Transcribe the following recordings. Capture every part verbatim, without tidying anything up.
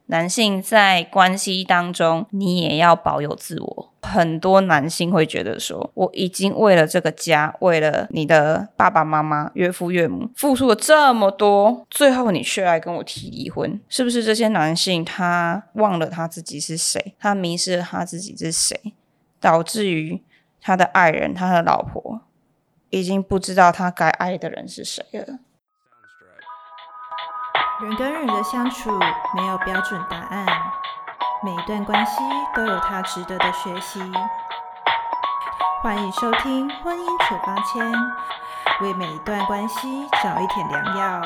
男性在关系当中，你也要保有自我。很多男性会觉得说，我已经为了这个家，为了你的爸爸妈妈、岳父岳母付出了这么多，最后你却来跟我提离婚，是不是这些男性他忘了他自己是谁，他迷失了他自己是谁，导致于他的爱人、他的老婆已经不知道他该爱的人是谁了。 人跟人的相处没有标准答案，每一段关系都有它值得的学习。欢迎收听《婚姻处方签》，为每一段关系找一点良药。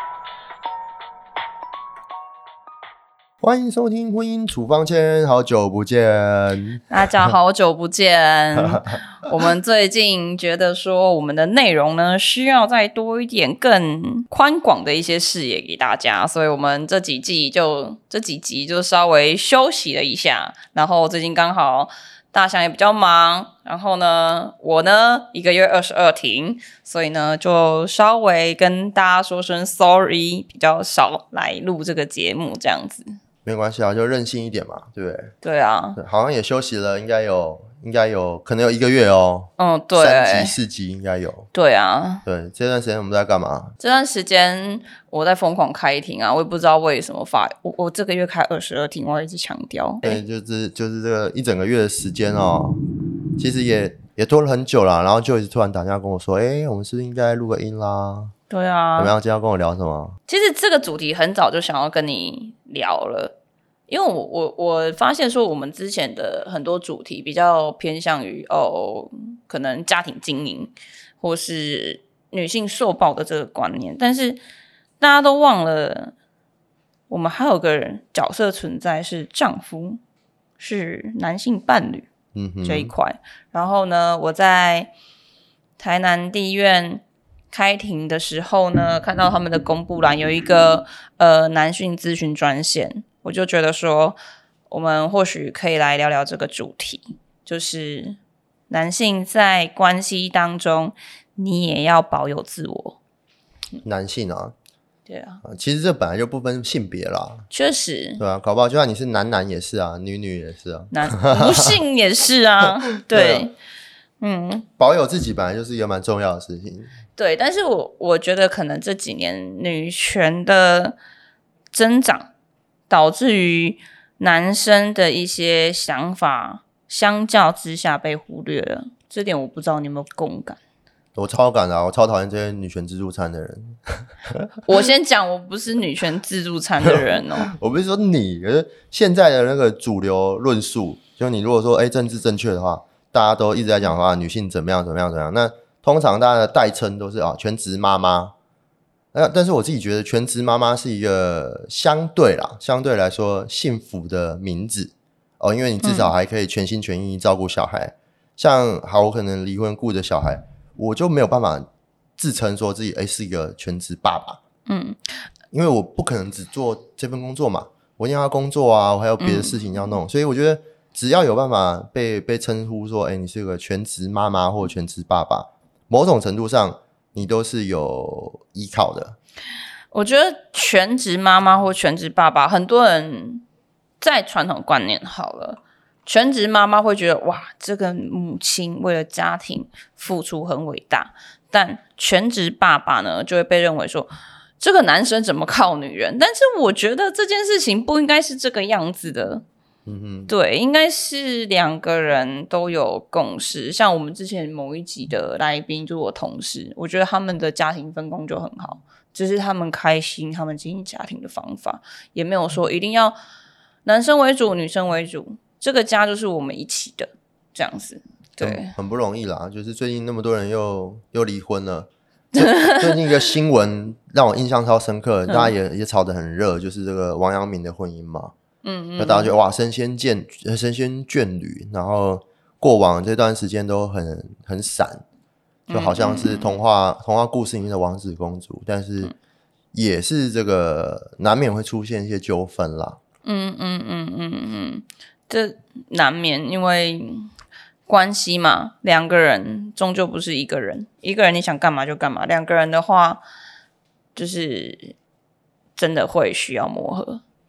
欢迎收听《婚姻处方签》，好久不见， 大家好久不见。我们最近觉得说，我们的内容呢，需要再多一点更宽广的一些视野给大家，所以我们这几季就这几集就稍微休息了一下。然后最近刚好大象也比较忙，然后呢，我呢一个月二十二停，所以呢就稍微跟大家说声 sorry， 比较少来录这个节目这样子。 没关系啊，就任性一点嘛，对不对？ 对啊， 好像也休息了，应该有，应该有，可能有一个月哦。 嗯，对， 三集四集应该有。 对啊， 对，这段时间我们在干嘛？ 这段时间我在疯狂开庭啊，我也不知道为什么发我我这个月开二十二庭，我要一直强调。 对，就是就是这个一整个月的时间哦，其实也也拖了很久啦，然后就一直突然打电话跟我说，哎，我们是不是应该录个音啦？ 对啊， 怎么样？今天要跟我聊什么？ 其实这个主题很早就想要跟你聊了，因为我我我发现说我们之前的很多主题比较偏向于哦，可能家庭经营或是女性受暴的这个观念，但是大家都忘了，我们还有个角色存在是丈夫，是男性伴侣， 嗯哼， 这一块。然后呢，我在台南地院开庭的时候呢，看到他们的公布栏有一个呃男性咨询专线，我就觉得说，我们或许可以来聊聊这个主题，就是男性在关系当中，你也要保有自我。 男性啊， 对啊， 其实这本来就不分性别啦， 确实， 对啊，搞不好就算你是男男也是啊，女女也是啊， 男无性也是啊，对， 对啊嗯， 保有自己本来就是一个蛮重要的事情。 对，但是我我觉得可能这几年女权的增长，导致于男生的一些想法相较之下被忽略了，这点我不知道你有没有共感。 我超感啊，我超讨厌这些女权自助餐的人。 我先讲，我不是女权自助餐的人哦。 我不是说你，可是现在的那个主流论述，就你如果说哎政治正确的话，大家都一直在讲话，女性怎么样怎么样怎么样。那通常大家的代称都是啊全职妈妈。那但是我自己觉得全职妈妈是一个相对啦，相对来说幸福的名字哦，因为你至少还可以全心全意照顾小孩。嗯、像好，我可能离婚顾着小孩，我就没有办法自称说自己哎是一个全职爸爸。嗯，因为我不可能只做这份工作嘛，我一定要工作啊，我还有别的事情要弄，嗯、所以我觉得只要有办法被被称呼说，哎，你是个全职妈妈或全职爸爸，某种程度上你都是有依靠的。 我觉得全职妈妈或全职爸爸，很多人在传统观念好了，全职妈妈会觉得哇，这个母亲为了家庭付出很伟大，但全职爸爸呢，就会被认为说，这个男生怎么靠女人？但是我觉得这件事情不应该是这个样子的。嗯哼，对，应该是两个人都有共识。像我们之前某一集的来宾就是我同事，我觉得他们的家庭分工就很好，只是他们开心，他们经营家庭的方法，也没有说一定要男生为主，女生为主。这个家就是我们一起的，这样子。对， 很, 很不容易啦。就是最近那么多人又又离婚了。最近一个新闻让我印象超深刻，大家也也吵得很热，就是这个王阳明的婚姻嘛。嗯嗯，那大家觉得哇，神仙眷神仙眷侣，然后过往这段时间都很很散，就好像是童话、嗯、童话故事里面的王子公主，但是也是这个难免会出现一些纠纷啦。 嗯嗯嗯嗯嗯，这难免，因为关系嘛，两个人终究不是一个人，一个人你想干嘛就干嘛，两个人的话就是真的会需要磨合。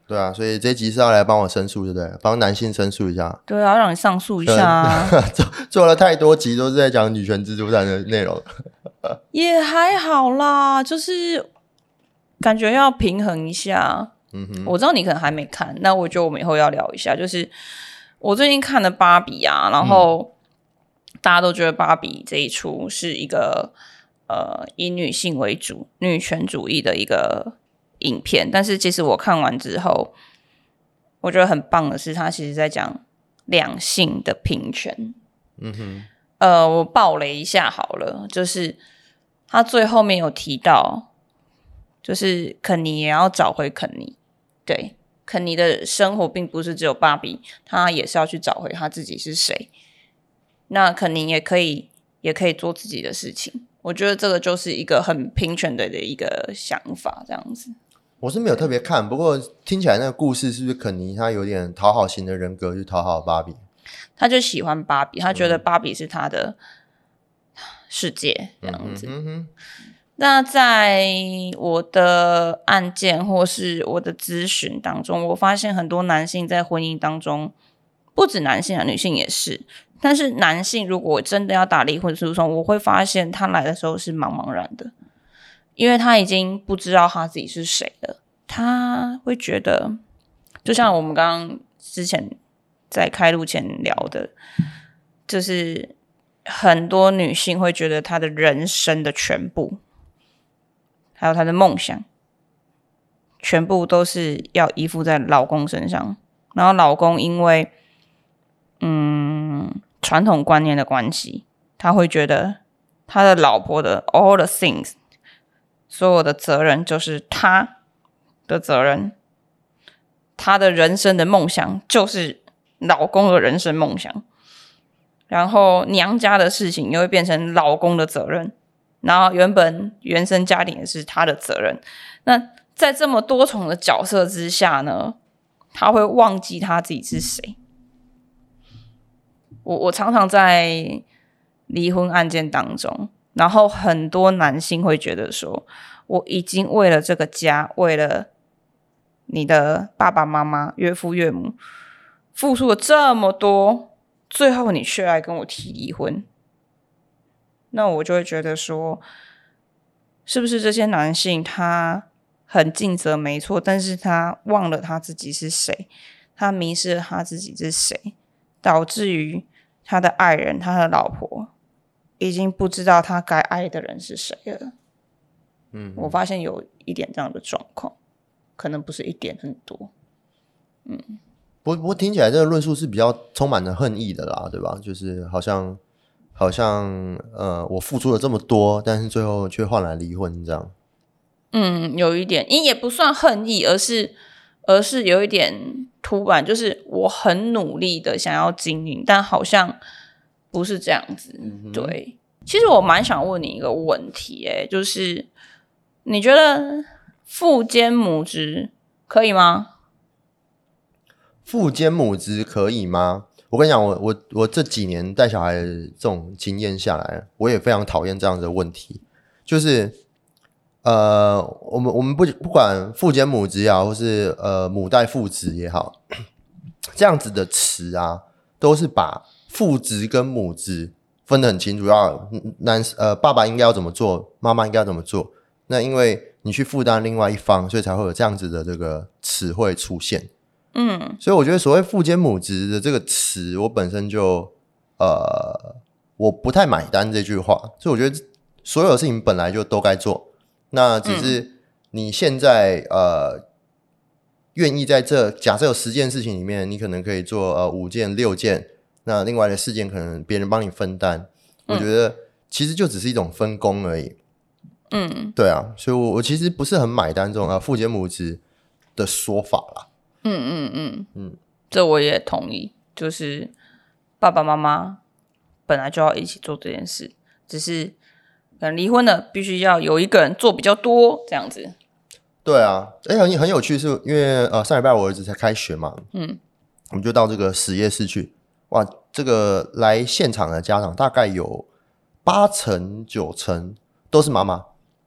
对啊，所以这一集是要来帮我申诉，对不对？帮男性申诉一下。 对啊，让你上诉一下啊。 做做了太多集都是在讲女权自助餐的内容。 也还好啦，就是感觉要平衡一下。嗯哼，我知道你可能还没看，那我觉得我们以后要聊一下。就是我最近看了芭比啊，然后大家都觉得芭比这一出是一个呃以女性为主、女权主义的一个影片，但是其实我看完之后，我觉得很棒的是，它其实在讲两性的平权。嗯哼，呃，我爆雷一下好了，就是他最后面有提到，就是肯尼也要找回肯尼。对，肯尼的生活并不是只有芭比，他也是要去找回他自己是谁。那肯尼也可以，也可以做自己的事情。我觉得这个就是一个很平权的一个想法，这样子。 我是没有特别看，不过听起来那个故事是不是肯尼他有点讨好型的人格去讨好芭比？ 他就喜欢芭比，他觉得芭比是他的世界，这样子。嗯哼，那在我的案件或是我的咨询当中，我发现很多男性在婚姻当中，不止男性啊，女性也是。但是男性如果真的要打离婚诉讼，我会发现他来的时候是茫茫然的，因为他已经不知道他自己是谁了。他会觉得，就像我们刚刚之前在开录前聊的，就是很多女性会觉得她的人生的全部，还有她的梦想，全部都是要依附在老公身上。然后老公因为嗯传统观念的关系，他会觉得他的老婆的 all the things， 所有的责任就是他的责任，他的人生的梦想就是老公的人生梦想，然后娘家的事情又会变成老公的责任，然后原本原生家庭也是他的责任。那在这么多重的角色之下呢，他会忘记他自己是谁。我我常常在离婚案件当中，然后很多男性会觉得说，我已经为了这个家，为了你的爸爸妈妈、岳父岳母付出了这么多，最后你却来跟我提离婚，那我就会觉得说，是不是这些男性他很尽责没错，但是他忘了他自己是谁，他迷失了他自己是谁，导致于他的爱人、他的老婆已经不知道他该爱的人是谁了。嗯，我发现有一点这样的状况，可能不是一点，很多。嗯， 不不过听起来这个论述是比较充满了恨意的啦，对吧？就是好像好像呃，我付出了这么多，但是最后却换来离婚这样。 嗯，有一点，也不算恨意，而是而是有一点突然，就是我很努力的想要经营，但好像不是这样子。嗯、对，其实我蛮想问你一个问题、欸，就是你觉得父兼母职可以吗？ 父兼母职可以吗？我跟你讲，我我我这几年带小孩的这种经验下来，我也非常讨厌这样的问题，就是呃，我们我们不不管父兼母职也好，或是呃母带父职也好，这样子的词啊，都是把父职跟母职分得很清楚，要男呃爸爸应该要怎么做，妈妈应该要怎么做。那因为你去负担另外一方，所以才会有这样子的这个词汇出现。嗯，所以我觉得所谓父兼母职的这个词，我本身就呃我不太买单这句话，所以我觉得所有的事情本来就都该做，那只是你现在、嗯、呃愿意在这假設有十件事情里面，你可能可以做呃五件六件，那另外的四件可能别人帮你分担、嗯，我觉得其实就只是一种分工而已。嗯，对啊，所以我我其实不是很买单这种呃父兼母职的说法啦。 嗯嗯嗯嗯，这我也同意，就是爸爸妈妈本来就要一起做这件事，只是可能离婚了必须要有一个人做比较多这样子。 对啊，而且很有趣是因为呃上礼拜我儿子才开学嘛，嗯，我们就到这个实验室去，哇，这个来现场的家长大概有八成九成都是妈妈。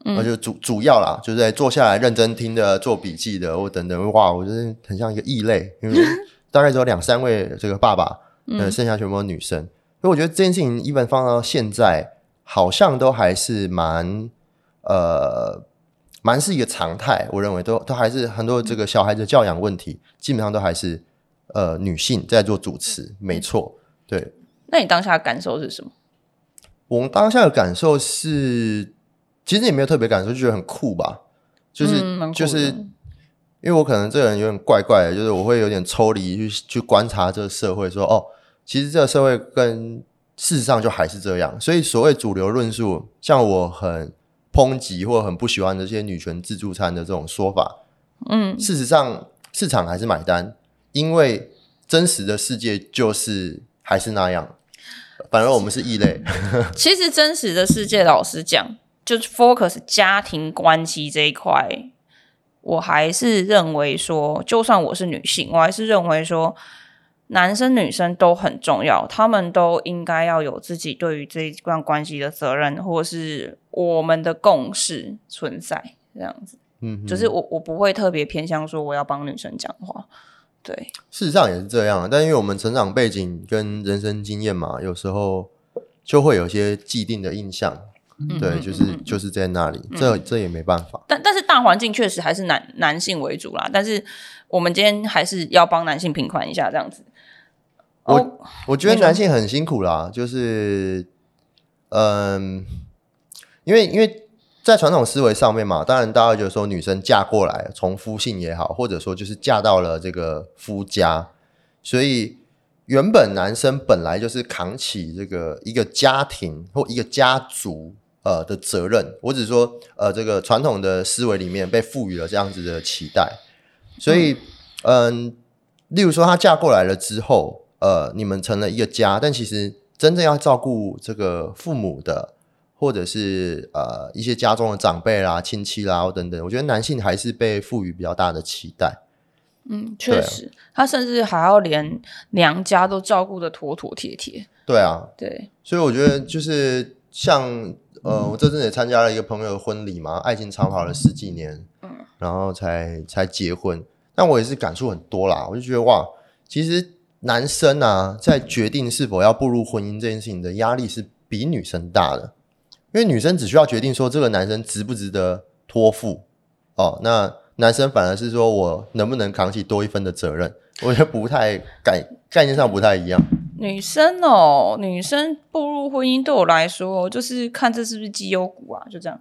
嗯，就主主要啦，就是在坐下来认真听的、做笔记的或等等。哇，我觉得很像一个异类，因为大概只有两三位这个爸爸，呃，剩下全部都女生。所以我觉得这件事情，even放到现在，好像都还是蛮呃，蛮是一个常态。我认为都都还是很多这个小孩子教养问题，基本上都还是呃女性在做主持，没错，对。 那你当下的感受是什么？ 我当下的感受是。其实也没有特别感受，就觉得很酷吧，就是、嗯、就是因为我可能这个人有点怪怪的，就是我会有点抽离去去观察这个社会说，哦，其实这个社会跟事实上就还是这样，所以所谓主流论述，像我很抨击或很不喜欢这些女权自助餐的这种说法，嗯，事实上市场还是买单，因为真实的世界就是还是那样，反而我们是异类。 其实真实的世界老实讲就是 focus 家庭关系这一块，我还是认为说，就算我是女性，我还是认为说，男生女生都很重要，他们都应该要有自己对于这一段关系的责任，或是我们的共识存在，这样子。嗯，就是我我不会特别偏向说我要帮女生讲话，对。 事实上也是这样，但因为我们成长背景跟人生经验嘛，有时候就会有一些既定的印象。对，就是就是在那里，嗯、这这也没办法。 但但是大环境确实还是男男性为主啦。但是我们今天还是要帮男性平反一下，这样子。 我、哦、我觉得男性很辛苦啦，就是嗯，因为因为在传统思维上面嘛，当然大家觉得说女生嫁过来，从夫姓也好，或者说就是嫁到了这个夫家，所以原本男生本来就是扛起这个一个家庭或一个家族。呃的责任，我只是说，呃，这个传统的思维里面被赋予了这样子的期待，所以，嗯、呃，例如说她嫁过来了之后，呃，你们成了一个家，但其实真正要照顾这个父母的，或者是呃一些家中的长辈啦、亲戚啦等等，我觉得男性还是被赋予比较大的期待。 嗯，确实、啊，他甚至还要连娘家都照顾得妥妥帖帖。 对啊， 对， 所以我觉得就是像。呃，我这阵也参加了一个朋友的婚礼嘛，爱情长跑了十几年，嗯，然后才才结婚。但我也是感触很多啦，我就觉得哇，其实男生啊，在决定是否要步入婚姻这件事情的压力是比女生大的，因为女生只需要决定说这个男生值不值得托付哦，那男生反而是说我能不能扛起多一分的责任，我觉得不太概概念上不太一样。 女生哦，女生步入婚姻对我来说，就是看这是不是绩优股啊，就这样。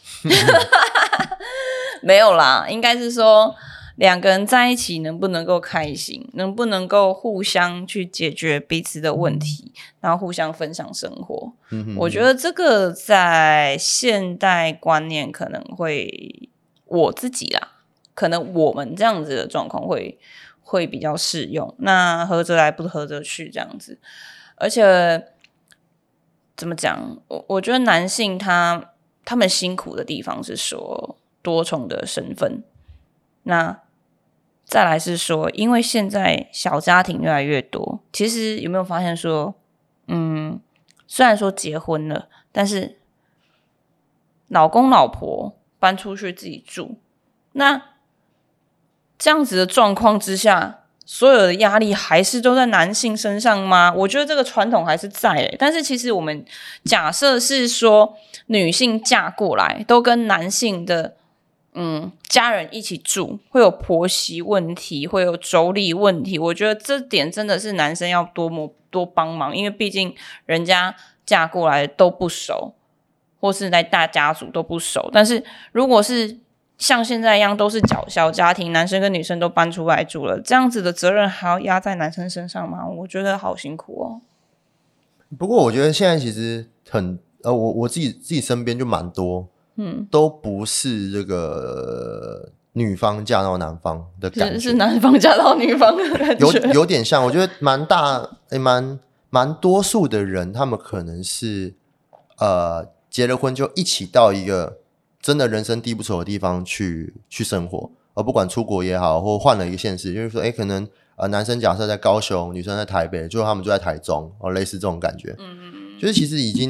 没有啦，应该是说两个人在一起能不能够开心，能不能够互相去解决彼此的问题，然后互相分享生活。嗯、我觉得这个在现代观念可能会，我自己啦，可能我们这样子的状况会。会比较适用，那合则来不合则去这样子。而且怎么讲，我我觉得男性他他们辛苦的地方是说多重的身份，那再来是说因为现在小家庭越来越多，其实有没有发现说嗯，虽然说结婚了，但是老公老婆搬出去自己住，那这样子的状况之下，所有的压力还是都在男性身上吗？我觉得这个传统还是在、欸、但是其实我们假设是说女性嫁过来都跟男性的嗯家人一起住，会有婆媳问题，会有妯娌问题，我觉得这点真的是男生要多么多帮忙，因为毕竟人家嫁过来都不熟，或是在大家族都不熟，但是如果是像现在一样都是小家庭，男生跟女生都搬出来住了，这样子的责任还要压在男生身上吗？我觉得好辛苦哦。 不过我觉得现在其实很呃，我我自己自己身边就蛮多，嗯，都不是这个女方嫁到男方的感觉， 是, 是男方嫁到女方的感觉， 有有点像。我觉得蛮大，诶，蛮蛮多数的人，他们可能是呃结了婚就一起到一个。真的人生地不熟的地方去去生活，而不管出国也好，或换了一个县市，就是说，哎，可能呃男生假设在高雄，女生在台北，就他们就在台中，哦，类似这种感觉。嗯嗯嗯。就是其实已经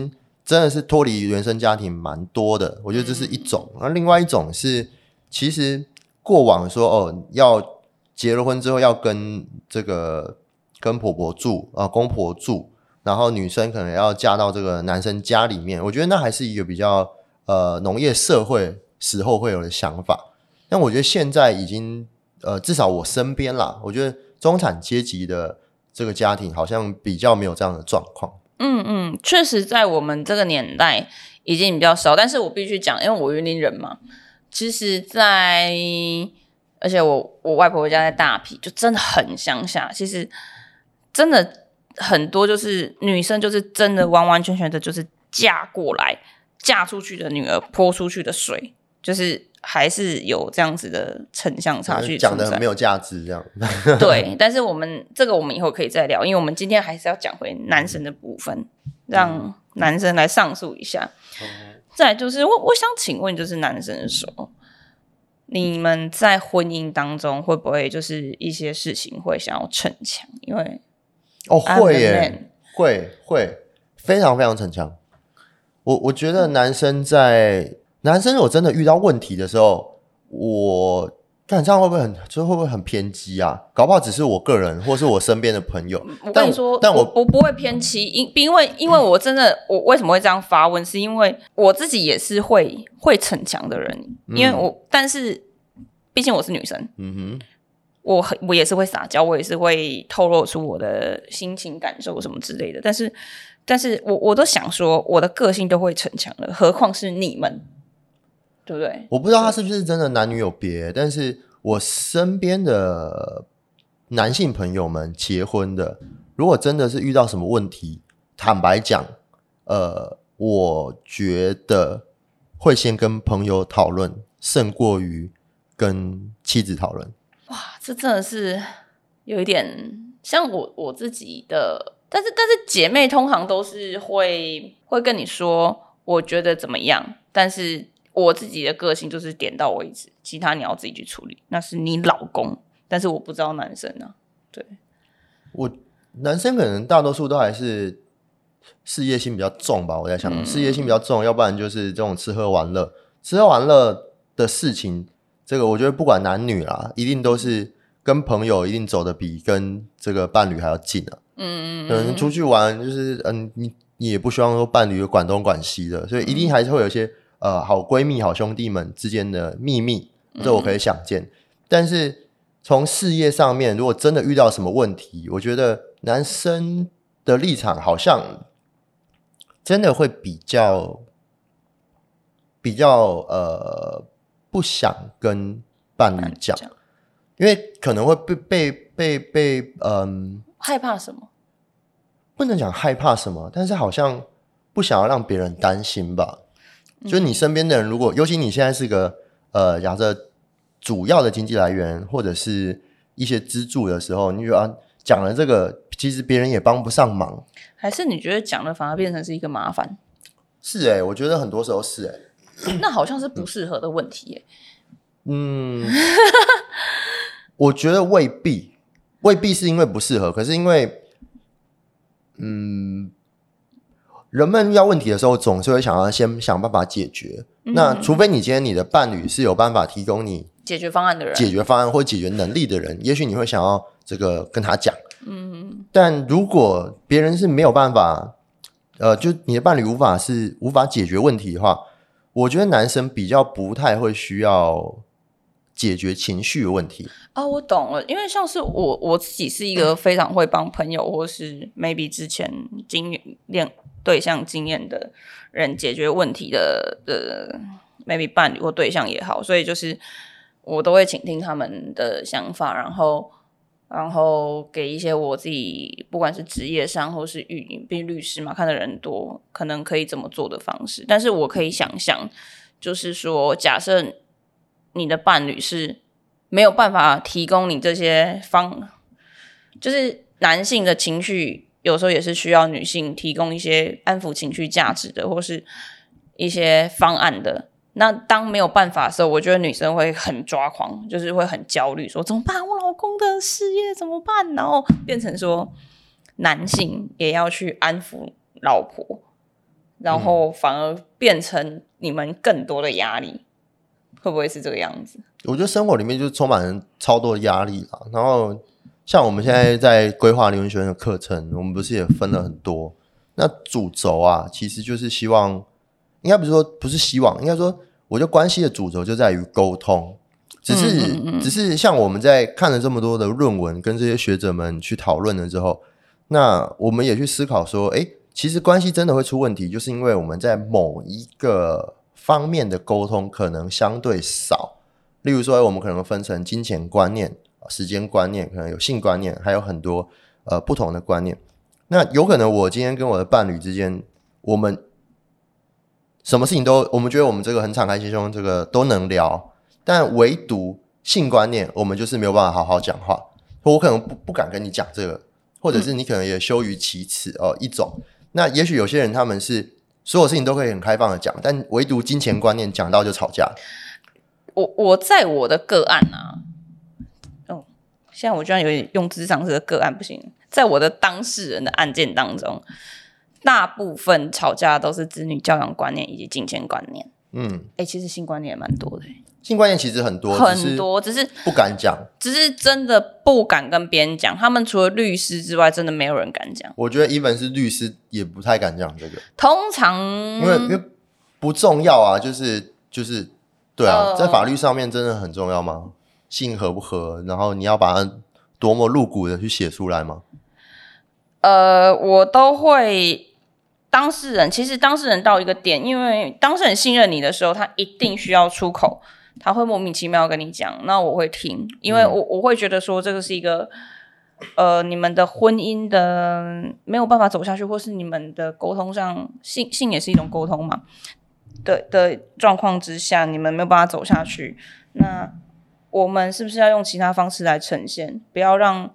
真的是脱离原生家庭蛮多的，我觉得这是一种。那、嗯、另外一种是，其实过往说哦，要结了婚之后要跟这个跟婆婆住啊、呃，公婆住，然后女生可能要嫁到这个男生家里面，我觉得那还是一个比较呃农业社会时候会有的想法。但我觉得现在已经呃，至少我身边啦，我觉得中产阶级的这个家庭好像比较没有这样的状况。 嗯嗯，确实在我们这个年代已经比较少，但是我必须讲，因为我云林人嘛，其实在而且我我外婆家在大埤，就真的很乡下，其实真的很多就是女生就是真的完完全全的就是嫁过来，嫁出去的女儿泼出去的水，就是还是有这样子的城乡差距， 讲得很没有价值这样。 对，但是我们这个我们以后可以再聊，因为我们今天还是要讲回男生的部分，让男生来上诉一下。嗯、再来就是我我想请问，就是男生说，你们在婚姻当中会不会就是一些事情会想要逞强？因为哦会耶，会会非常非常逞强。我我觉得男生在。男生我真的遇到问题的时候，我看这样会不会很，就会不会很偏激啊？搞不好只是我个人，或是我身边的朋友。 我跟你说， 但我我我不会偏激，因因为因为我真的，我为什么会这样发问，是因为我自己也是会会逞强的人，因为我、嗯、但是毕竟我是女生，嗯哼，我很我也是会撒娇，我也是会透露出我的心情感受什么之类的，但是但是我我都想说，我的个性都会逞强了，何况是你们。对不对？ 我不知道他是不是真的男女有别，但是我身边的男性朋友们结婚的，如果真的是遇到什么问题，坦白讲，呃，我觉得会先跟朋友讨论，胜过于跟妻子讨论。 哇，这真的是有一点像我我自己的，但是但是姐妹通常都是会会跟你说，我觉得怎么样，但是。我自己的个性就是点到为止，其他你要自己去处理，那是你老公，但是我不知道男生啊。对，我男生可能大多数都还是事业心比较重吧，我在想、嗯、事业心比较重，要不然就是这种吃喝玩乐，吃喝玩乐的事情，这个我觉得不管男女啦，一定都是跟朋友一定走得比跟这个伴侣还要近啊。嗯嗯，可能出去玩就是嗯，你你也不希望说伴侣管东管西的，所以一定还是会有一些。呃，好闺蜜、好兄弟们之间的秘密，这我可以想见。嗯、但是从事业上面，如果真的遇到什么问题，我觉得男生的立场好像真的会比较比较呃不想跟伴侣讲，因为可能会被被被被嗯、呃、 害怕什么？ 不能讲害怕什么，但是好像不想要让别人担心吧。就是你身边的人，如果尤其你现在是个呃，假设主要的经济来源或者是一些资助的时候，你就要讲了这个，其实别人也帮不上忙。 还是你觉得讲了反而变成是一个麻烦？ 是哎、欸，我觉得很多时候是哎、 欸，那好像是不适合的问题耶、欸。 嗯，我觉得未必，未必是因为不适合，可是因为嗯。人们遇到问题的时候，总是会想要先想办法解决。嗯、那除非你今天你的伴侣是有办法提供你解决方案的人， 解决方案或解决能力的人，也许你会想要这个跟他讲。嗯，但如果别人是没有办法，呃，就你的伴侣无法是无法解决问题的话，我觉得男生比较不太会需要解决情绪的问题。 哦，我懂了，因为像是我我自己是一个非常会帮朋友或是 maybe 之前经验对象经验的人解决问题的的 maybe 伴侣或对象也好，所以就是我都会倾听他们的想法，然后然后给一些我自己不管是职业上或是毕竟律师嘛，看的人多，可能可以怎么做的方式。但是我可以想象，就是说假设你的伴侣是没有办法提供你这些方，就是男性的情绪有时候也是需要女性提供一些安抚情绪价值的，或是一些方案的。那当没有办法的时候，我觉得女生会很抓狂，就是会很焦虑，说怎么办？我老公的事业怎么办？然后变成说男性也要去安抚老婆， 然后反而变成你们更多的压力，会不会是这个样子？ 我觉得生活里面就充满了超多的压力啦。然后像我们现在在规划灵魂学院的课程，我们不是也分了很多。那主轴啊，其实就是希望，应该不是说不是希望，应该说，我觉得关系的主轴就在于沟通。只是、嗯嗯嗯、只是像我们在看了这么多的论文，跟这些学者们去讨论了之后，那我们也去思考说，哎，其实关系真的会出问题，就是因为我们在某一个方面的沟通可能相对少。例如说，我们可能分成金钱观念、时间观念，可能有性观念，还有很多呃不同的观念。那有可能我今天跟我的伴侣之间，我们什么事情都，我们觉得我们这个很敞开心胸，这个都能聊，但唯独性观念，我们就是没有办法好好讲话。我可能 不, 不敢跟你讲这个，或者是你可能也羞于启齿哦一种。那也许有些人他们是所有事情都可以很开放的讲，但唯独金钱观念讲到就吵架。 我我在我的个案啊，哦，现在我居然有点用智商这个个案不行。在我的当事人的案件当中，大部分吵架都是子女教养观念以及金钱观念。嗯，哎、欸，其实性观念也蛮多的、欸。 性观念其实很多， 很多，只是不敢讲， 只是真的不敢跟别人讲。他们除了律师之外，真的没有人敢讲。 我觉得 even 是律师也不太敢讲这个。 通常因为因为不重要啊，就是就是对啊、呃，在法律上面真的很重要吗？性合不合，然后你要把它多么露骨的去写出来吗？ 呃，我都会。当事人其实当事人到一个点，因为当事人信任你的时候，他一定需要出口，他会莫名其妙跟你讲，那我会听，因为我我会觉得说这个是一个呃你们的婚姻的没有办法走下去，或是你们的沟通上性性也是一种沟通嘛的的状况之下，你们没有办法走下去，那我们是不是要用其他方式来呈现，不要让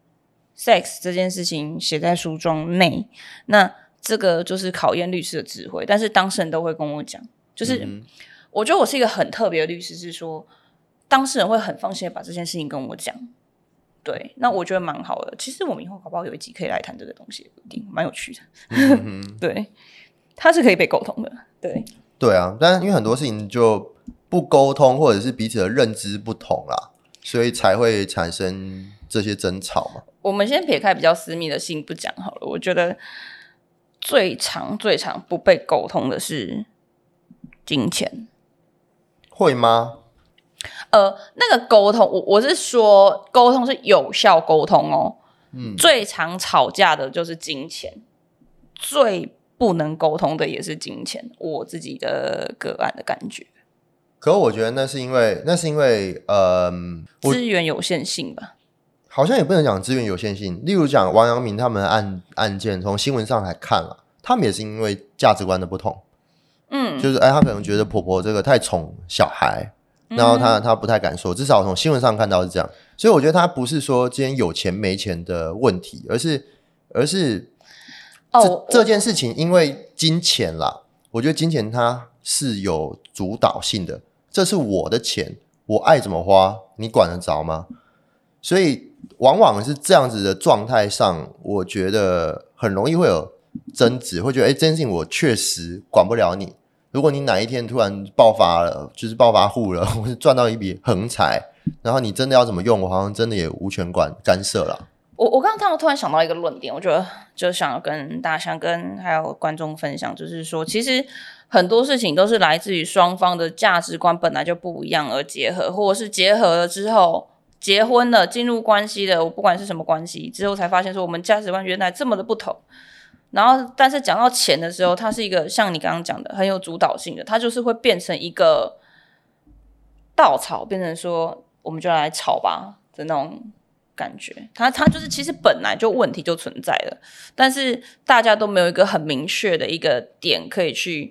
sex 这件事情写在书中内，那这个就是考验律师的智慧，但是当事人都会跟我讲，就是我觉得我是一个很特别的律师，是说当事人会很放心的把这件事情跟我讲，对，那我觉得蛮好的。其实我们以后搞不好有一集可以来谈这个东西，不一定，蛮有趣的。嗯、对，它是可以被沟通的，对， 对啊，但因为很多事情就不沟通，或者是彼此的认知不同啦，所以才会产生这些争吵嘛。 我们先撇开比较私密的性不讲好了，我觉得。最常最常不被沟通的是金钱， 会吗？ 呃，那个沟通，我我是说沟通是有效沟通哦。嗯，最常吵架的就是金钱，最不能沟通的也是金钱。我自己的个案的感觉。 可我觉得那是因为那是因为呃资源有限性吧。 好像也不能讲资源有限性，例如讲王阳明他们的 案, 案件，从新闻上来看啦，他们也是因为价值观的不同，嗯，就是哎，他可能觉得婆婆这个太宠小孩，然后他他不太敢说，至少从新闻上看到是这样，所以我觉得他不是说今天有钱没钱的问题，而是而是这、哦、这件事情因为金钱啦，我觉得金钱它是有主导性的，这是我的钱，我爱怎么花，你管得着吗？所以往往是这样子的状态上，我觉得很容易会有争执，会觉得哎，这件事情我确实管不了你。如果你哪一天突然爆发了，就是暴发户了，或是赚到一笔横财，然后你真的要怎么用，我好像真的也无权管干涉了。 我我刚刚突然想到一个论点，我觉得就想要跟大家想跟还有观众分享，就是说，其实很多事情都是来自于双方的价值观本来就不一样而结合，或者是结合了之后。结婚了，进入关系的，我不管是什么关系，之后才发现说我们价值观原来这么的不同。然后，但是讲到钱的时候，它是一个像你刚刚讲的很有主导性的，它就是会变成一个稻草，变成说我们就来吵吧的那种感觉。它它就是其实本来就问题就存在了，但是大家都没有一个很明确的一个点可以去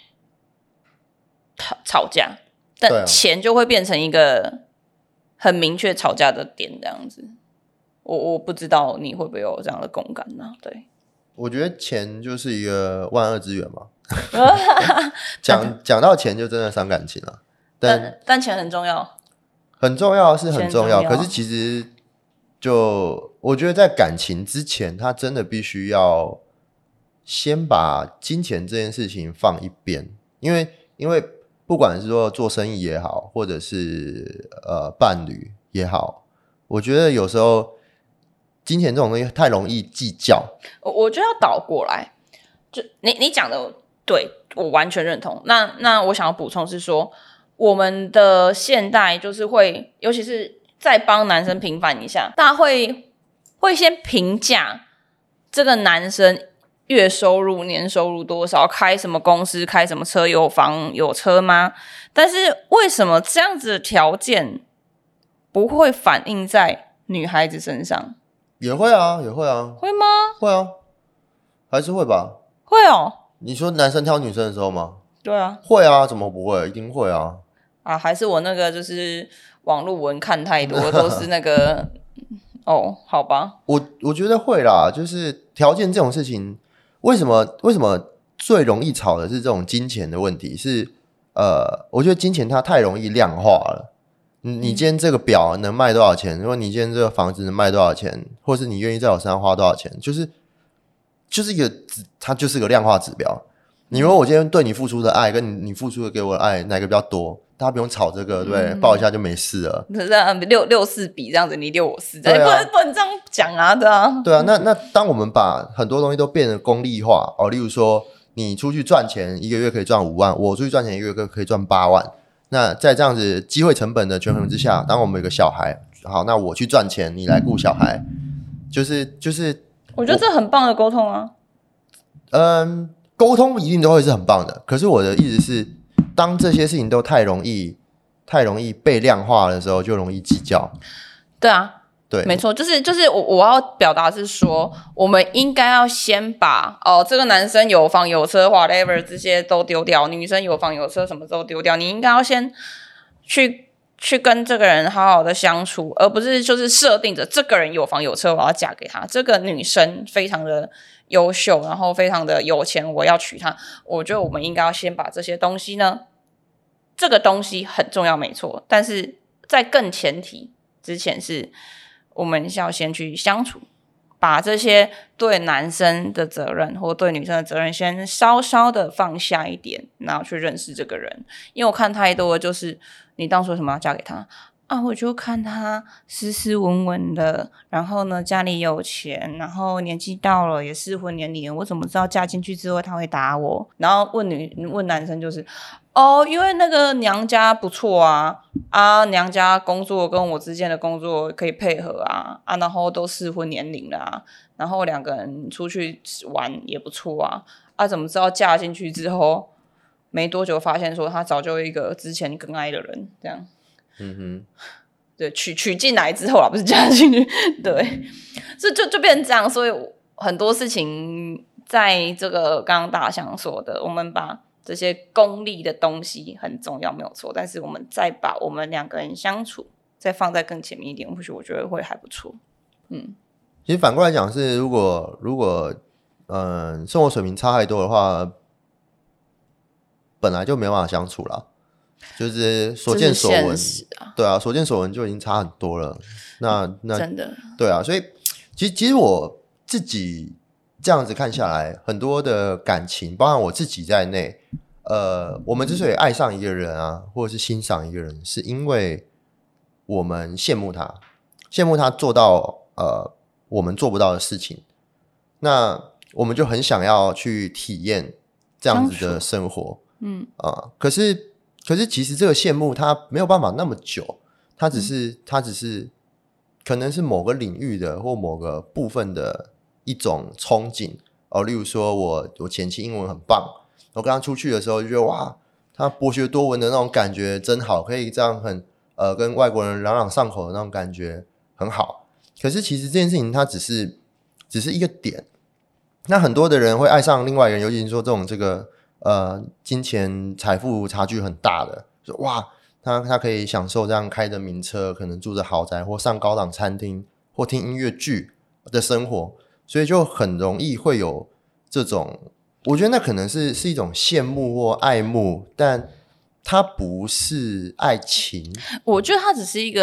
吵吵架，但钱就会变成一个。很明确吵架的点这样子，我我不知道你会不会有这样的共感呢、啊？对， 我觉得钱就是一个万恶之源嘛。讲讲到钱就真的伤感情了，但但, 但钱很重要， 很重要是很重要，可是其实就我觉得在感情之前，他真的必须要先把金钱这件事情放一边，因为因为不管是说做生意也好，或者是呃伴侣也好，我觉得有时候金钱这种东西太容易计较。 我我觉得要倒过来，就你你讲的对，我完全认同。那那我想要补充是说，我们的现代就是会，尤其是再帮男生平反一下，大家会会先评价这个男生月收入、年收入多少，开什么公司，开什么车，有房有车吗？但是为什么这样子的条件不会反映在女孩子身上？ 也会啊，也会啊。 会吗？ 会啊，还是会吧。 会哦。 你说男生挑女生的时候吗？ 对啊。 会啊，怎么不会？一定会啊。 啊，还是我那个就是网络文看太多，都是那个哦，好吧。 我我觉得会啦，就是条件这种事情，为什么为什么最容易吵的是这种金钱的问题？是呃，我觉得金钱它太容易量化了。你今天这个表能卖多少钱？如果你今天这个房子能卖多少钱，或是你愿意在我身上花多少钱，就是就是一个它就是个量化指标。你说我今天对你付出的爱，跟你你付出的给我的爱，哪个比较多？大家不用吵这个，对不对？嗯、抱一下就没事了。 六六四比这样子，你六我四，这样、啊、不, 不能这样讲啊，对啊。 对啊，那那当我们把很多东西都变得功利化哦，例如说你出去赚钱，一个月可以赚五万，我出去赚钱一个月可以赚八万。那在这样子机会成本的权衡之下，当我们有个小孩，好，那我去赚钱，你来顾小孩，就是就是， 我觉得这很棒的沟通啊。 嗯，沟通一定都会是很棒的，可是我的意思是，当这些事情都太容易、太容易被量化的时候，就容易计较。 对啊。 对， 没错，就是就是我我要表达是说，我们应该要先把哦，这个男生有房有车 whatever 这些都丢掉，女生有房有车什么都丢掉，你应该要先去去跟这个人好好的相处，而不是就是设定着这个人有房有车我要嫁给他，这个女生非常的优秀，然后非常的有钱，我要娶她。我觉得我们应该要先把这些东西呢，这个东西很重要没错，但是在更前提之前是我们要先去相处，把这些对男生的责任或对女生的责任先稍稍的放下一点，然后去认识这个人。因为我看太多的就是你当初为什么要嫁给他啊？我就看他斯斯文文的，然后呢家里有钱，然后年纪到了也适婚年龄，我怎么知道嫁进去之后他会打我？然后问女问男生就是哦，因为那个娘家不错啊，啊，娘家工作跟我之间的工作可以配合啊，啊，然后都适婚年龄了啊，然后两个人出去玩也不错啊，啊，怎么知道嫁进去之后没多久发现说他早就有一个之前更爱的人，这样， 嗯哼， 对，娶娶进来之后啦，不是嫁进去，对，所以就就变成这样，所以很多事情在这个刚刚大象说的，我们把这些功利的东西很重要，没有错。但是我们再把我们两个人相处再放在更前面一点，或许我觉得会还不错。嗯， 其实反过来讲是，如果如果嗯、呃、生活水平差太多的话，本来就没办法相处啦。就是所见所闻，啊对啊，所见所闻就已经差很多了。那那真的对啊，所以其实其实我自己这样子看下来，很多的感情，包含我自己在内，呃，我们之所以爱上一个人啊，或者是欣赏一个人，是因为我们羡慕他，羡慕他做到呃我们做不到的事情，那我们就很想要去体验这样子的生活，嗯啊、呃，可是可是其实这个羡慕它没有办法那么久，它只是、嗯、它只是可能是某个领域的或某个部分的一种憧憬哦，例如说我我前期英文很棒，我跟他出去的时候就觉得哇，他博学多闻的那种感觉真好，可以这样很呃跟外国人朗朗上口的那种感觉很好。可是其实这件事情它只是只是一个点，那很多的人会爱上另外一个人，尤其是说这种这个呃金钱财富差距很大的，说哇他他可以享受这样开着名车，可能住着豪宅或上高档餐厅或听音乐剧的生活，所以就很容易会有这种，我觉得那可能是是一种羡慕或爱慕，但它不是爱情。 我觉得它只是一个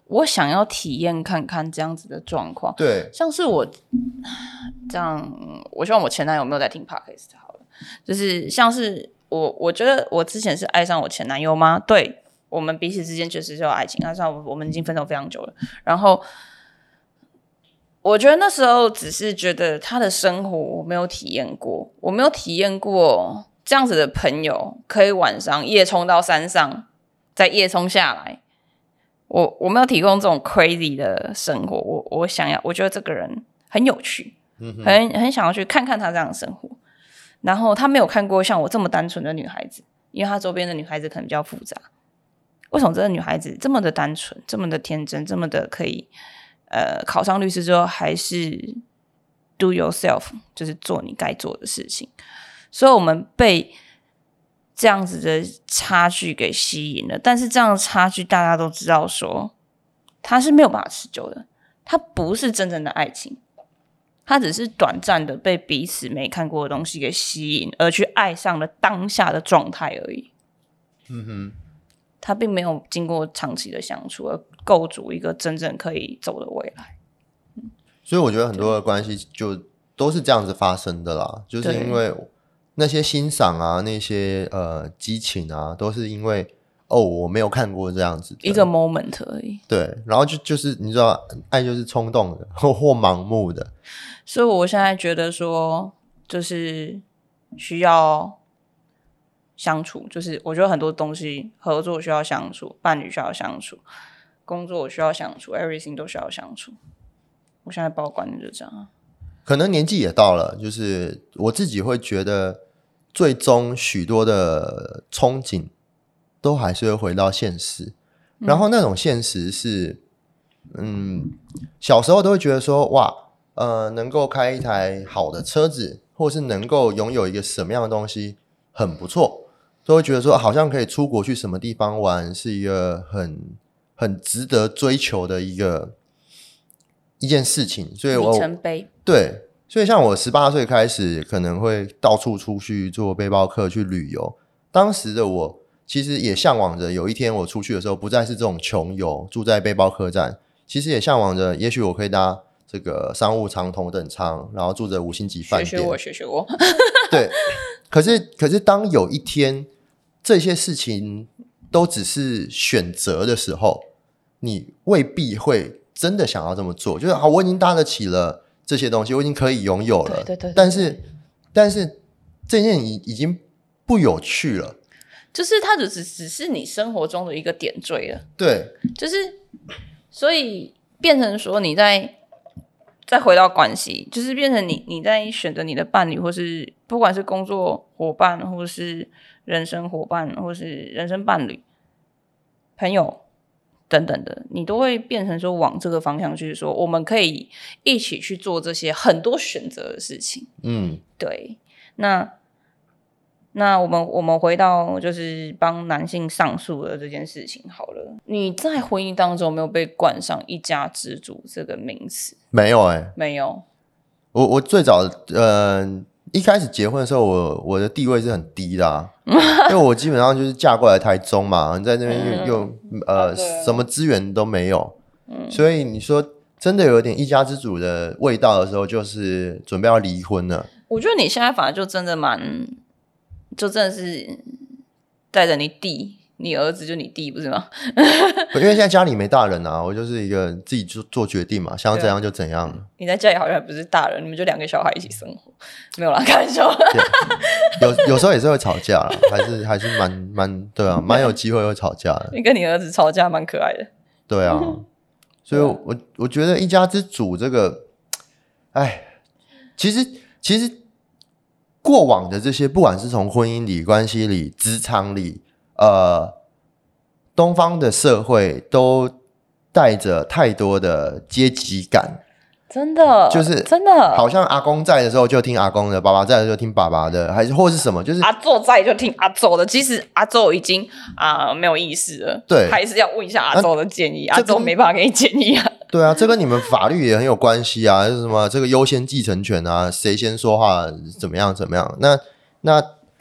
我想要体验看看这样子的状况。 对， 像是我这样，我希望我前男友没有在听 podcast 好了，就是像是我，我觉得我之前是爱上我前男友吗？对，我们彼此之间确实是有爱情，爱上我们已经分手非常久了，然后。我觉得那时候只是觉得他的生活我没有体验过，我没有体验过这样子的朋友可以晚上夜冲到山上，再夜冲下来。我我没有提供这种 crazy 的生活，我我想要，我觉得这个人很有趣，嗯、很很想要去看看他这样的生活。然后他没有看过像我这么单纯的女孩子，因为他周边的女孩子可能比较复杂。为什么这个女孩子这么的单纯，这么的天真，这么的可以？呃，考上律师之后还是 do yourself， 就是做你该做的事情。所以我们被这样子的差距给吸引了，但是这样的差距大家都知道说它是没有办法持久的，它不是真正的爱情，它只是短暂的被彼此没看过的东西给吸引，而去爱上了当下的状态而已。嗯哼，它并没有经过长期的相处而构筑一个真正可以走的未来。嗯、 所以我觉得很多的关系就都是这样子发生的啦，就是因为那些欣赏啊，那些呃激情啊，都是因为哦我没有看过这样子的一个 moment 而已。 对，然后就就是你知道，爱就是冲动的或或盲目的。 所以我现在觉得说，就是需要。相处就是我觉得很多东西合作需要相处，伴侣需要相处，工作需要相处 everything 都需要相处。我现在把我观念就这样。 可能年纪也到了，就是我自己会觉得最终许多的憧憬都还是会回到现实、嗯、然后那种现实是嗯，小时候都会觉得说哇呃，能够开一台好的车子，或是能够拥有一个什么样的东西很不错，都会觉得说好像可以出国去什么地方玩，是一个很很值得追求的一个一件事情。所以我里程碑。 对，所以像我十八岁开始可能会到处出去做背包客去旅游，当时的我其实也向往着有一天我出去的时候不再是这种穷游住在背包客栈，其实也向往着也许我可以搭这个商务舱头等舱，然后住着五星级饭店。 学学我学学我对，可是可是当有一天这些事情都只是选择的时候，你未必会真的想要这么做。就是好，我已经搭得起了这些东西，我已经可以拥有了， 对对 对, 对， 但是但是这件已已经不有趣了， 就是它只只是你生活中的一个点缀了。 对， 就是所以变成说你在再回到关系，就是变成你你在选择你的伴侣，或是不管是工作伙伴，或是人生伙伴，或是人生伴侣、朋友等等的，你都会变成说往这个方向去说，我们可以一起去做这些很多选择的事情。嗯，对。那那我们我们回到就是帮男性上诉的这件事情好了。你在婚姻当中有没有被冠上一家之主这个名词？ 没有哎、欸， 没有。 我我最早呃一开始结婚的时候，我我的地位是很低的、啊，因为我基本上就是嫁过来台中嘛，在那边又、嗯、呃、啊、什么资源都没有、嗯，所以你说真的有点一家之主的味道的时候，就是准备要离婚了。 我觉得你现在反而就真的蛮。就真的是带着你弟，你儿子就你弟不是吗？ 因为现在家里没大人啊，我就是一个自己做做决定嘛，想要怎样就怎样。 你在家里好像不是大人，你们就两个小孩一起生活，没有啦，开玩笑。 有有时候也是会吵架啦，还是还是蛮蛮对啊，蛮有机会会吵架的。 你跟你儿子吵架蛮可爱的。 对啊，所以我我觉得一家之主这个，哎，其实其实。过往的这些不管是从婚姻里关系里职场里呃，东方的社会都带着太多的阶级感， 真的就是真的好像阿公在的时候就听阿公的，爸爸在的时候就听爸爸的，还是或是什么，就是阿祖在就听阿祖的，其实阿祖已经啊、呃、没有意思了， 对， 还是要问一下阿祖的建议，阿祖没办法给你建议啊。 对啊，这跟你们法律也很有关系啊，就是什么这个优先继承权啊，谁先说话怎么样怎么样。那那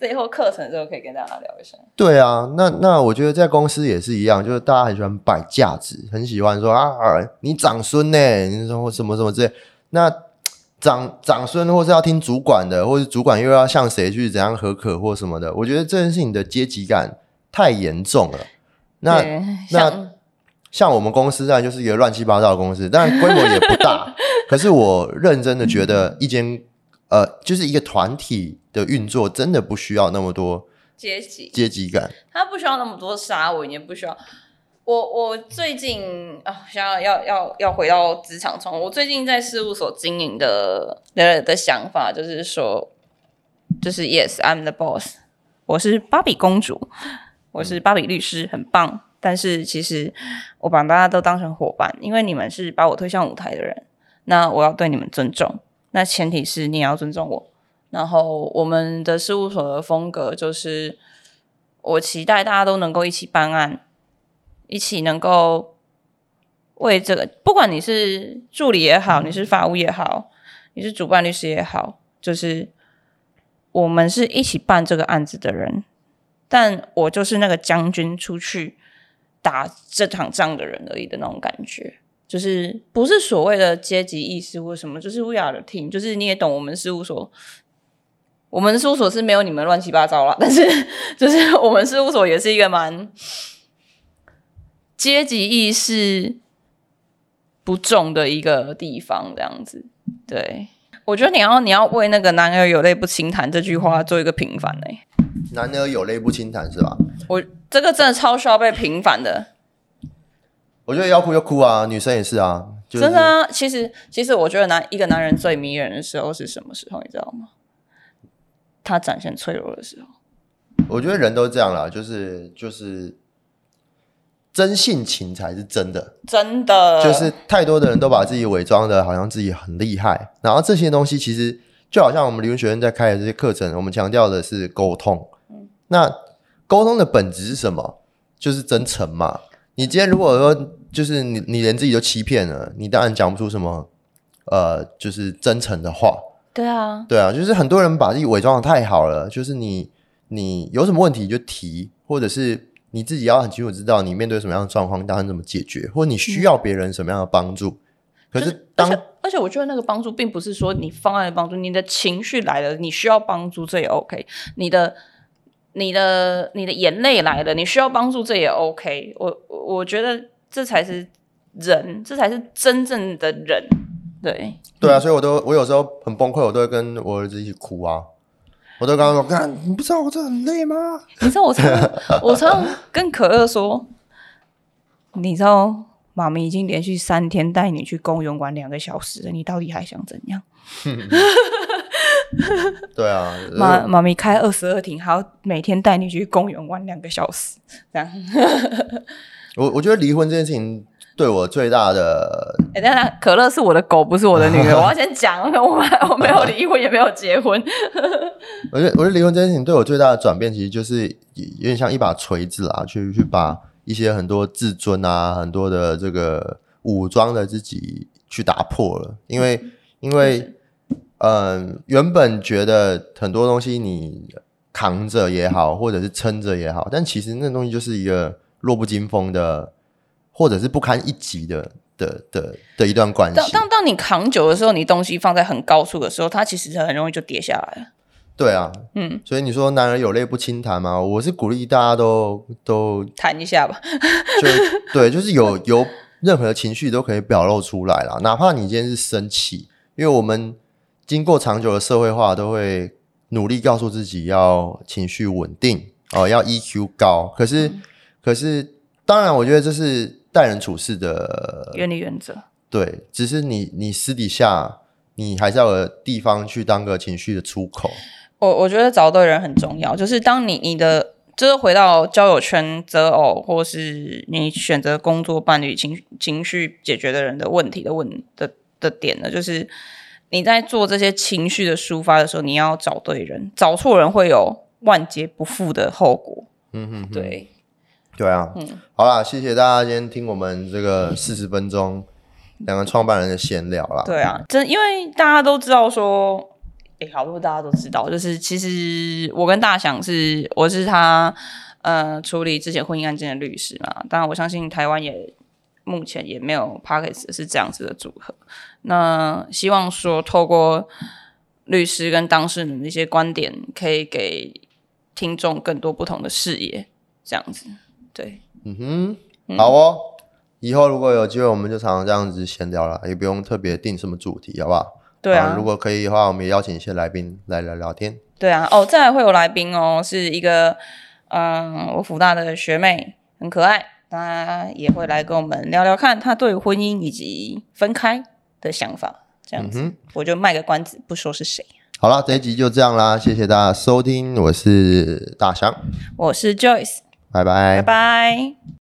这以后课程之后可以跟大家聊一下。 对啊，那那我觉得在公司也是一样，就是大家很喜欢摆架子，很喜欢说啊，你长孙呢，你说什么什么之类。那长长孙或是要听主管的，或是主管又要向谁去怎样合可或什么的，我觉得这件事情的阶级感太严重了。那那像我们公司当然就是一个乱七八糟的公司，当然规模也不大，可是我认真的觉得一间呃，就是一个团体的运作，真的不需要那么多阶级阶级感， 他不需要那么多沙文，也不需要。我我最近啊，想要要要要回到职场中，我最近在事务所经营的的的想法就是说，就是 Yes, I'm the boss， 我是芭比公主，我是芭比律师，很棒。但是其实我把大家都当成伙伴，因为你们是把我推向舞台的人，那我要对你们尊重。那前提是你也要尊重我。然后我们的事务所的风格就是，我期待大家都能够一起办案，一起能够为这个，不管你是助理也好，你是法务也好，你是主办律师也好，就是我们是一起办这个案子的人，但我就是那个将军出去打这场仗的人而已的那种感觉。就是不是所谓的阶级意识或什么，就是 we are the team， 就是你也懂，我们事务所我们事务所是没有你们乱七八糟啦，但是就是我们事务所也是一个蛮阶级意识不重的一个地方，这样子。对，我觉得你要你要为那个男儿有泪不轻弹这句话做一个平反欸。 男儿有泪不轻弹是吧？ 我这个真的超需要被平反的。 我觉得要哭就哭啊，女生也是啊，就是、 真的啊。其实其实我觉得男一个男人最迷人的时候是什么时候，你知道吗？他展现脆弱的时候。 我觉得人都这样啦，就是就是真性情才是真的， 真的就是太多的人都把自己伪装的好像自己很厉害，然后这些东西其实就好像我们理论学院在开的这些课程，我们强调的是沟通。嗯、那沟通的本质是什么？就是真诚嘛。你今天如果说就是你你连自己都欺骗了，你当然讲不出什么呃就是真诚的话。 对啊， 对啊，就是很多人把自己伪装的太好了，就是你你有什么问题就提，或者是你自己要很清楚知道你面对什么样的状况，打算怎么解决，或者你需要别人什么样的帮助。嗯、可是当而且而且我觉得那个帮助并不是说你方案的帮助，你的情绪来了，你需要帮助，这也 OK。你的你的你的眼泪来了，你需要帮助，这也 OK。我我觉得这才是人，这才是真正的人。对对啊，所以我都我有时候很崩溃，我都会跟我儿子一起哭啊。我都跟他说：“干，你不知道我这很累吗？” 你知道我常我常跟可乐说，你知道妈咪已经连续三天带你去公园玩两个小时了，你到底还想怎样？ 对啊， 妈妈咪开二十二庭，还要每天带你去公园玩两个小时，这样。 我我觉得离婚这件事情对我最大的， 哎、欸，等等，可乐是我的狗，不是我的女儿。我要先讲，我我没有离婚，也没有结婚。 我觉得，我觉得离婚这件事情对我最大的转变，其实就是有点像一把锤子啦，去去把一些很多自尊啊，很多的这个武装的自己去打破了。因为，因为，嗯，原本觉得很多东西你扛着也好，或者是撑着也好，但其实那东西就是一个弱不禁风的。或者是不堪一击的的的的一段关系。 当当你扛久的时候，你东西放在很高处的时候，它其实很容易就跌下来了。 对啊，嗯，所以你说男儿有泪不轻弹吗？我是鼓励大家都都弹一下吧。 就对，就是有有任何情绪都可以表露出来啦，哪怕你今天是生气，因为我们经过长久的社会化，都会努力告诉自己要情绪稳定哦，要 E Q 高。可是、嗯、可是，当然，我觉得这是待人处事的原理原则。 对，只是你你私底下你还是要有地方去当个情绪的出口。 我我觉得找对人很重要，就是当你你的就是回到交友圈择偶，或是你选择工作伴侣情情绪解决的人的问题的问的的点呢，就是你在做这些情绪的抒发的时候，你要找对人，找错人会有万劫不复的后果。嗯哼哼，对。 对啊，嗯，好啦，谢谢大家今天听我们这个四十分钟两个创办人的闲聊啦。 对啊，真因为大家都知道说， 诶，好多大家都知道，就是其实我跟大祥是我是他呃处理之前婚姻案件的律师嘛，当然我相信台湾也目前也没有 Podcast 是这样子的组合。那希望说透过律师跟当事人的一些观点，可以给听众更多不同的视野，这样子。对， 嗯哼，嗯好哦。以后如果有机会，我们就常常这样子闲聊啦，也不用特别定什么主题，好不好？ 对啊， 如果可以的话，我们也邀请一些来宾来聊聊天。 对啊，哦，再来会有来宾哦，是一个嗯，我辅大的学妹，很可爱，她也会来跟我们聊聊看她对婚姻以及分开的想法，这样子，嗯、我就卖个关子，不说是谁。 好啦，这一集就这样啦，谢谢大家收听，我是大翔， 我是 Joyce， 拜拜， 拜拜。